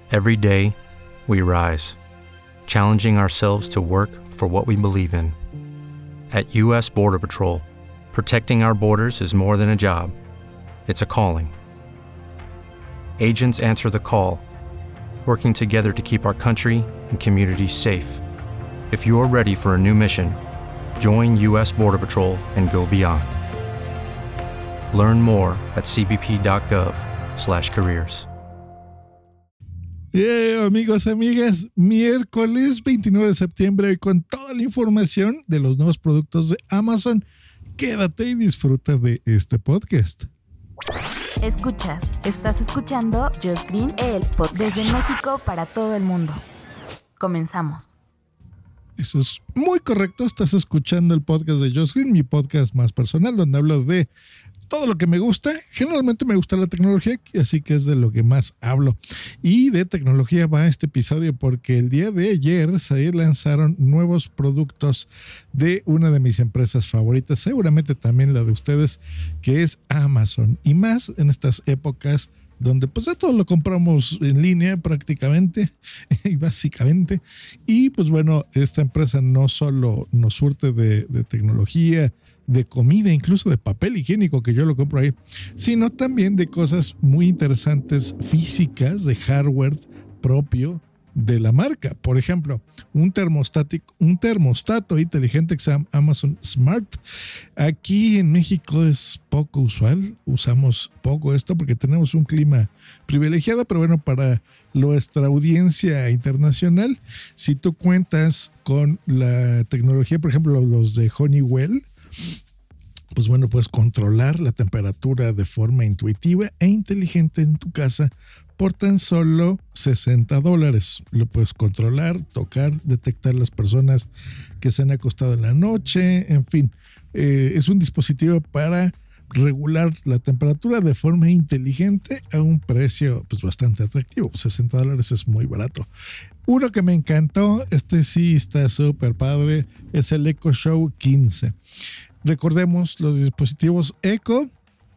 Every day, we rise, challenging ourselves to work for what we believe in. At U.S. Border Patrol, protecting our borders is more than a job. It's a calling. Agents answer the call, working together to keep our country and communities safe. If you're ready for a new mission, join U.S. Border Patrol and go beyond. Learn more at cbp.gov/careers. Amigos, amigas, miércoles 29 de septiembre con toda la información de los nuevos productos de Amazon. Quédate y disfruta de este podcast. Estás escuchando Just Green, el podcast desde México para todo el mundo. Comenzamos. Eso es muy correcto. Estás escuchando el podcast de Just Green, mi podcast más personal, donde hablo de todo lo que me gusta. Generalmente me gusta la tecnología, así que es de lo que más hablo. Y de tecnología va este episodio porque el día de ayer se lanzaron nuevos productos de una de mis empresas favoritas, seguramente también la de ustedes, que es Amazon. Y más en estas épocas donde pues ya todo lo compramos en línea prácticamente y básicamente. Y pues bueno, esta empresa no solo nos surte de tecnología, de comida, incluso de papel higiénico, que yo lo compro ahí, sino también de cosas muy interesantes físicas, de hardware propio de la marca. Por ejemplo, un termostato inteligente que se llama Amazon Smart. Aquí en México es poco usual, usamos poco esto porque tenemos un clima privilegiado, pero bueno, para nuestra audiencia internacional, si tú cuentas con la tecnología, por ejemplo, los de Honeywell, pues bueno, puedes controlar la temperatura de forma intuitiva e inteligente en tu casa por tan solo $60. Lo puedes controlar, tocar, detectar las personas que se han acostado en la noche, en fin. Es un dispositivo para regular la temperatura de forma inteligente a un precio pues bastante atractivo. $60 es muy barato. Uno que me encantó, este sí está súper padre, es el Echo Show 15. Recordemos, los dispositivos Echo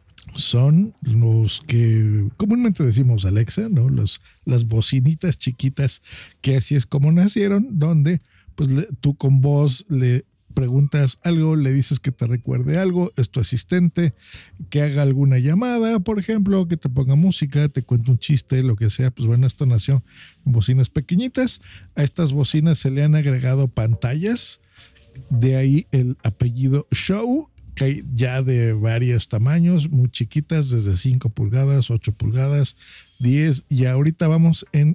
son los que comúnmente decimos Alexa, ¿no? Las bocinitas chiquitas que así es como nacieron, donde pues tú con voz le preguntas algo, le dices que te recuerde algo, es tu asistente, que haga alguna llamada, por ejemplo, que te ponga música, te cuente un chiste, lo que sea. Pues bueno, esto nació en bocinas pequeñitas. A estas bocinas se le han agregado pantallas, de ahí el apellido Show, que hay ya de varios tamaños, muy chiquitas, desde 5 pulgadas, 8 pulgadas, 10, y ahorita vamos en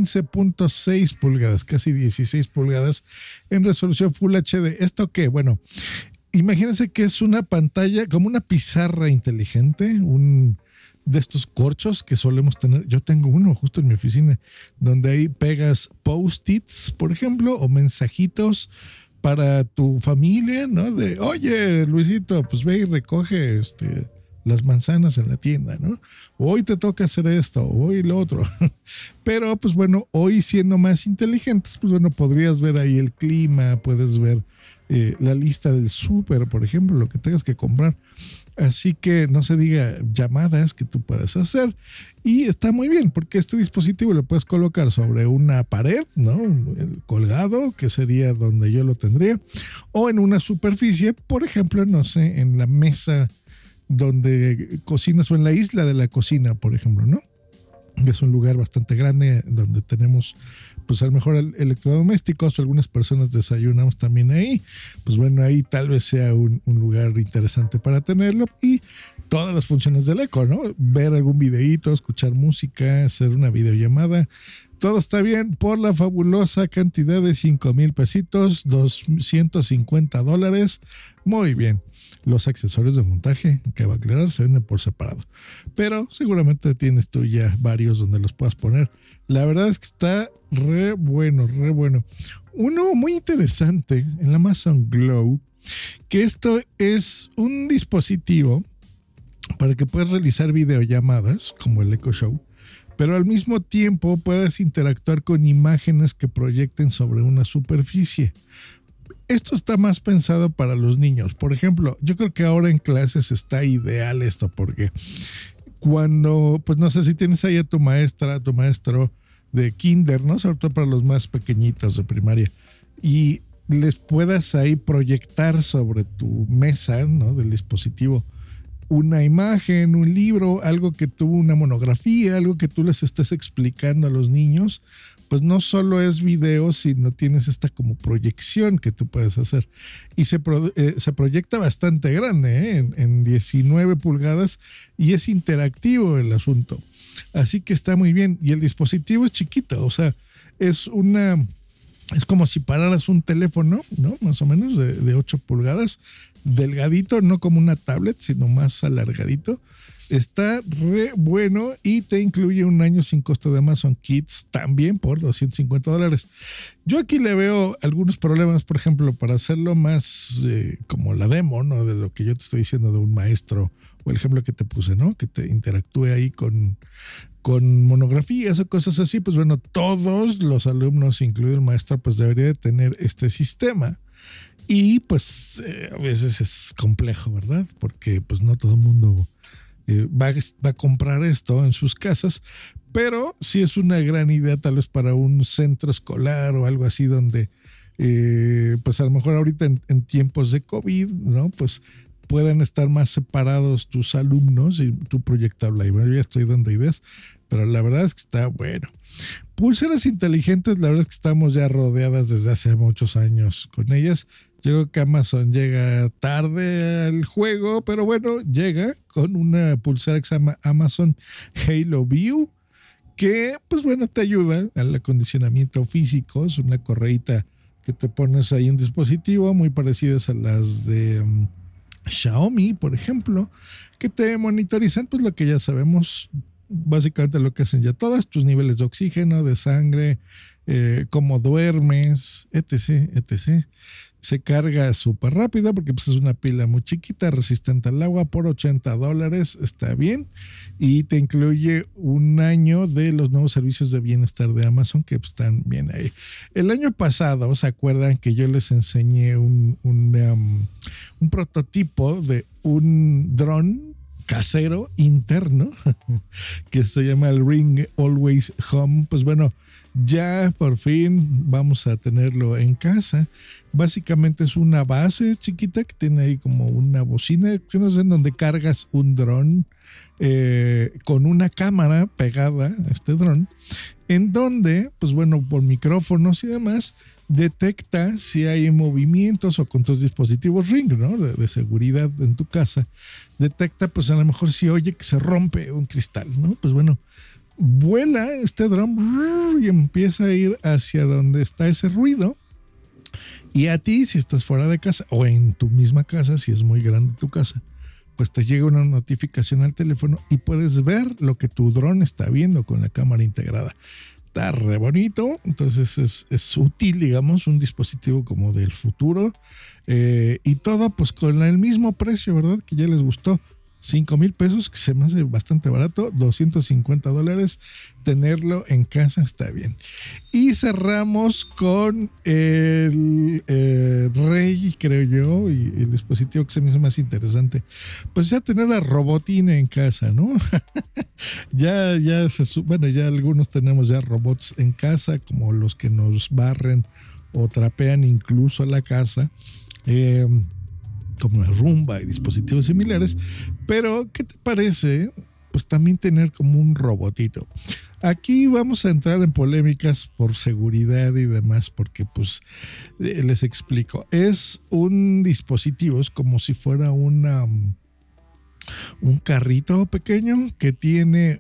15.6 pulgadas, casi 16 pulgadas en resolución Full HD. ¿Esto qué? Bueno, imagínense que es una pantalla como una pizarra inteligente, un de estos corchos que solemos tener. Yo tengo uno justo en mi oficina, donde ahí pegas post-its, por ejemplo, o mensajitos para tu familia, ¿no? De, oye, Luisito, pues ve y recoge las manzanas en la tienda, ¿no? Hoy te toca hacer esto, hoy lo otro. Pero, pues bueno, hoy siendo más inteligentes, pues bueno, podrías ver ahí el clima, puedes ver la lista del súper, por ejemplo, lo que tengas que comprar. Así que no se diga llamadas que tú puedas hacer. Y está muy bien, porque este dispositivo lo puedes colocar sobre una pared, ¿no? El colgado, que sería donde yo lo tendría, o en una superficie, por ejemplo, no sé, en la mesa donde cocinas o en la isla de la cocina, por ejemplo, ¿no? Es un lugar bastante grande donde tenemos pues a lo mejor electrodomésticos, o algunas personas desayunamos también ahí. Pues bueno, ahí tal vez sea un lugar interesante para tenerlo, y todas las funciones del Echo, ¿no? Ver algún videíto, escuchar música, hacer una videollamada. Todo está bien por la fabulosa cantidad de $5,000 pesitos, $250. Muy bien. Los accesorios de montaje, que va a aclarar, se venden por separado. Pero seguramente tienes tú ya varios donde los puedas poner. La verdad es que está re bueno, re bueno. Uno muy interesante, el Amazon Glow, que esto es un dispositivo para que puedas realizar videollamadas, como el Echo Show, pero al mismo tiempo puedas interactuar con imágenes que proyecten sobre una superficie. Esto está más pensado para los niños. Por ejemplo, yo creo que ahora en clases está ideal esto, porque cuando, pues no sé si tienes ahí a tu maestra, a tu maestro, de kinder, ¿no? Sobre todo para los más pequeñitos de primaria. Y les puedas ahí proyectar sobre tu mesa, ¿no? Del dispositivo una imagen, un libro, algo que tuvo una monografía, algo que tú les estés explicando a los niños, pues no solo es video, sino tienes esta como proyección que tú puedes hacer. Y se proyecta bastante grande, en 19 pulgadas, y es interactivo el asunto. Así que está muy bien. Y el dispositivo es chiquito, o sea, es como si pararas un teléfono, ¿no? Más o menos de 8 pulgadas, delgadito, no como una tablet, sino más alargadito. Está re bueno y te incluye un año sin costo de Amazon Kids también por $250. Yo aquí le veo algunos problemas, por ejemplo, para hacerlo más como la demo, ¿no? De lo que yo te estoy diciendo de un maestro, o el ejemplo que te puse, ¿no? Que te interactúe ahí con monografías o cosas así. Pues bueno, todos los alumnos, incluido el maestro, pues debería de tener este sistema. Y pues a veces es complejo, ¿verdad? Porque pues no todo el mundo va a comprar esto en sus casas, pero sí es una gran idea tal vez para un centro escolar o algo así donde pues a lo mejor ahorita en tiempos de COVID, ¿no? Pues puedan estar más separados tus alumnos y tú proyectarla. Y bueno, yo ya estoy dando ideas, pero la verdad es que está bueno. Pulseras inteligentes, la verdad es que estamos ya rodeadas desde hace muchos años con ellas. Yo creo que Amazon llega tarde al juego, pero bueno, llega con una pulsera que se llama Amazon Halo View, que pues bueno, te ayuda al acondicionamiento físico. Es una correíta que te pones ahí en un dispositivo, muy parecidas a las de Xiaomi, por ejemplo, que te monitorizan pues lo que ya sabemos, básicamente lo que hacen ya todas, tus niveles de oxígeno, de sangre, cómo duermes, etc. Se carga súper rápido porque pues es una pila muy chiquita, resistente al agua, por $80, está bien, y te incluye un año de los nuevos servicios de bienestar de Amazon que pues, están bien ahí. El año pasado, ¿se acuerdan que yo les enseñé un prototipo de un dron casero interno que se llama el Ring Always Home? Pues bueno, ya por fin vamos a tenerlo en casa. Básicamente es una base chiquita que tiene ahí como una bocina, que no sé, en donde cargas un dron con una cámara pegada a este dron, en donde, pues bueno, por micrófonos y demás, detecta si hay movimientos o con tus dispositivos Ring, ¿no? De seguridad en tu casa, detecta pues a lo mejor si oye que se rompe un cristal, ¿no? Pues bueno, vuela este dron y empieza a ir hacia donde está ese ruido. Y a ti, si estás fuera de casa o en tu misma casa, si es muy grande tu casa, pues te llega una notificación al teléfono y puedes ver lo que tu dron está viendo con la cámara integrada. Está re bonito, entonces es útil, digamos, un dispositivo como del futuro, y todo pues con el mismo precio, ¿verdad? Que ya les gustó. $5,000, que se me hace bastante barato, $250, tenerlo en casa está bien. Y cerramos con el Rey, creo yo, y el dispositivo que se me hizo más interesante, pues ya tener a Robotín en casa, ¿no? ya algunos tenemos ya robots en casa, como los que nos barren o trapean incluso la casa, como la Roomba y dispositivos similares. Pero ¿qué te parece pues también tener como un robotito? Aquí vamos a entrar en polémicas por seguridad y demás, porque pues les explico, es un dispositivo, es como si fuera un carrito pequeño que tiene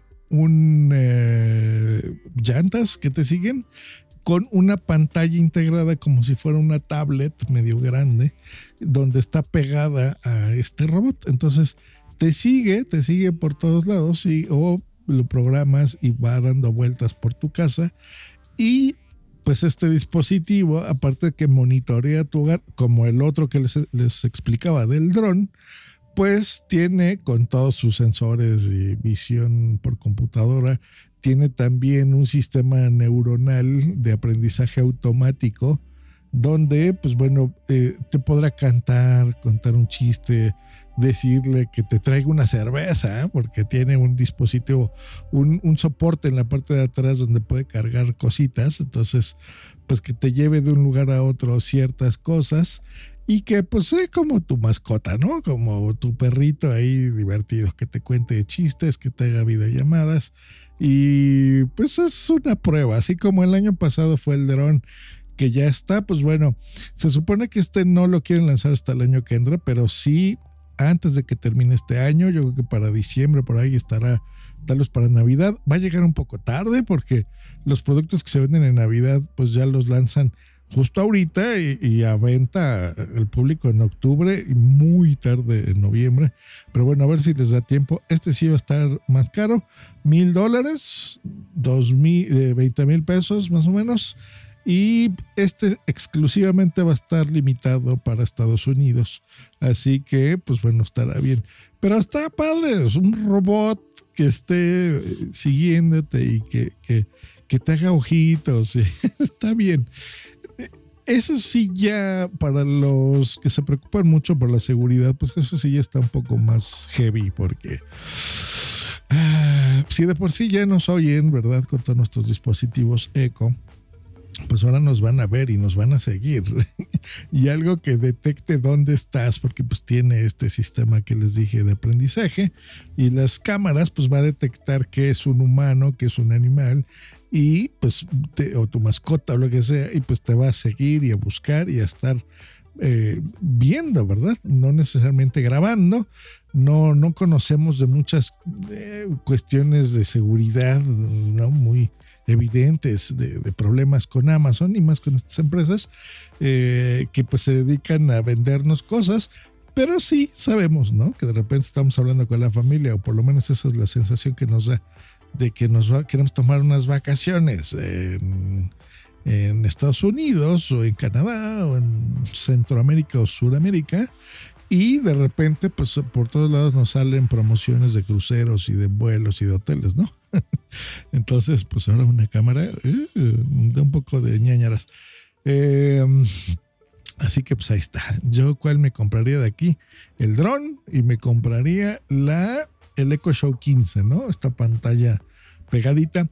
llantas que te siguen, con una pantalla integrada como si fuera una tablet medio grande, donde está pegada a este robot. Entonces te sigue por todos lados, o lo programas y va dando vueltas por tu casa. Y pues este dispositivo, aparte de que monitorea tu hogar, como el otro que les explicaba del dron, pues tiene con todos sus sensores y visión por computadora, tiene también un sistema neuronal de aprendizaje automático, donde pues bueno, te podrá contar un chiste, decirle que te traiga una cerveza, porque tiene un dispositivo, un soporte en la parte de atrás donde puede cargar cositas. Entonces, pues que te lleve de un lugar a otro ciertas cosas y que pues sea como tu mascota, ¿no? Como tu perrito ahí divertido, que te cuente chistes, que te haga videollamadas. Y pues es una prueba, así como el año pasado fue el dron que ya está. Pues bueno, se supone que no lo quieren lanzar hasta el año que entra, pero sí antes de que termine este año. Yo creo que para diciembre por ahí estará, tal vez para Navidad. Va a llegar un poco tarde porque los productos que se venden en Navidad pues ya los lanzan justo ahorita y a venta al público en octubre y muy tarde en noviembre. Pero bueno, a ver si les da tiempo. Este sí va a estar más caro, $1,000, 20,000 pesos más o menos. Y este exclusivamente va a estar limitado para Estados Unidos. Así que, pues bueno, estará bien. Pero está padre, es un robot que esté siguiéndote y que te haga ojitos. Está bien. Eso sí, ya para los que se preocupan mucho por la seguridad, pues eso sí ya está un poco más heavy, porque si de por sí ya nos oyen, ¿verdad? Con todos nuestros dispositivos Echo, pues ahora nos van a ver y nos van a seguir. Y algo que detecte dónde estás, porque pues tiene este sistema que les dije de aprendizaje, y las cámaras pues va a detectar que es un humano, que es un animal, y pues o tu mascota o lo que sea, y pues te va a seguir y a buscar y a estar viendo, ¿verdad? No necesariamente grabando. No conocemos de muchas cuestiones de seguridad, ¿no? Muy evidentes de problemas con Amazon y más con estas empresas que pues se dedican a vendernos cosas. Pero sí sabemos, ¿no? Que de repente estamos hablando con la familia, o por lo menos esa es la sensación que nos da, de que queremos tomar unas vacaciones en Estados Unidos o en Canadá o en Centroamérica o Suramérica, y de repente pues por todos lados nos salen promociones de cruceros y de vuelos y de hoteles, ¿no? Entonces pues ahora una cámara da un poco de ñañaras. Así que pues ahí está. Yo cuál me compraría de aquí, el dron, y me compraría el Echo Show 15, ¿no? Esta pantalla pegadita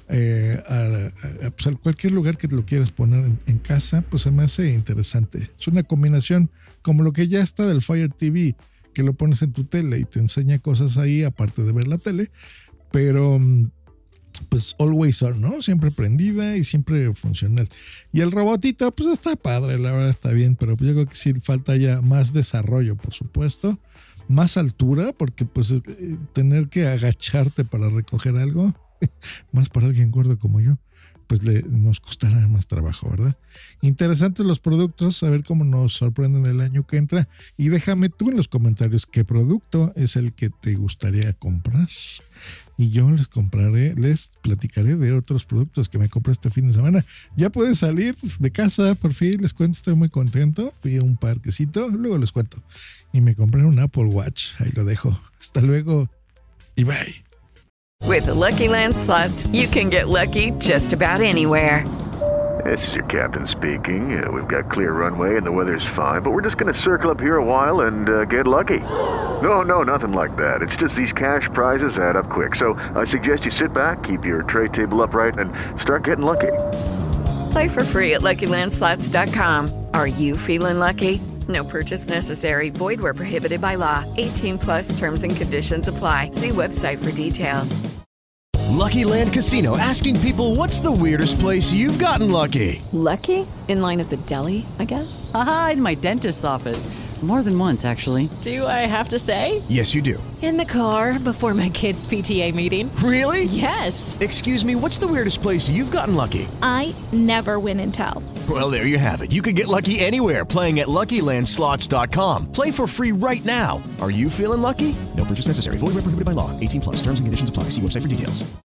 pues a cualquier lugar que lo quieras poner en casa, pues se me hace interesante. Es una combinación como lo que ya está del Fire TV, que lo pones en tu tele y te enseña cosas ahí aparte de ver la tele, pero pues always on, ¿no? Siempre prendida y siempre funcional. Y el robotito pues está padre, la verdad está bien, pero yo creo que sí falta ya más desarrollo, por supuesto, más altura, porque pues tener que agacharte para recoger algo, más para alguien gordo como yo, pues nos costará más trabajo, ¿verdad? Interesantes los productos, a ver cómo nos sorprenden el año que entra. Y déjame tú en los comentarios qué producto es el que te gustaría comprar. Y yo les platicaré de otros productos que me compré este fin de semana. Ya pude salir de casa, por fin, les cuento, estoy muy contento. Fui a un parquecito, luego les cuento. Y me compré un Apple Watch, ahí lo dejo. Hasta luego y bye. With the Lucky Land Slots, you can get lucky just about anywhere. This is your captain speaking. We've got clear runway and the weather's fine, but we're just going to circle up here a while and get lucky. No, nothing like that. It's just these cash prizes add up quick. So I suggest you sit back, keep your tray table upright, and start getting lucky. Play for free at LuckyLandSlots.com. Are you feeling lucky? No purchase necessary. Void where prohibited by law. 18 plus terms and conditions apply. See website for details. Lucky Land Casino, asking people, what's the weirdest place you've gotten lucky? Lucky? In line at the deli, I guess? Aha, in my dentist's office. More than once, actually. Do I have to say? Yes, you do. In the car before my kids' PTA meeting. Really? Yes. Excuse me, what's the weirdest place you've gotten lucky? I never win and tell. Well, there you have it. You can get lucky anywhere, playing at LuckyLandSlots.com. Play for free right now. Are you feeling lucky? No purchase necessary. Void where prohibited by law. 18 plus. Terms and conditions apply. See website for details.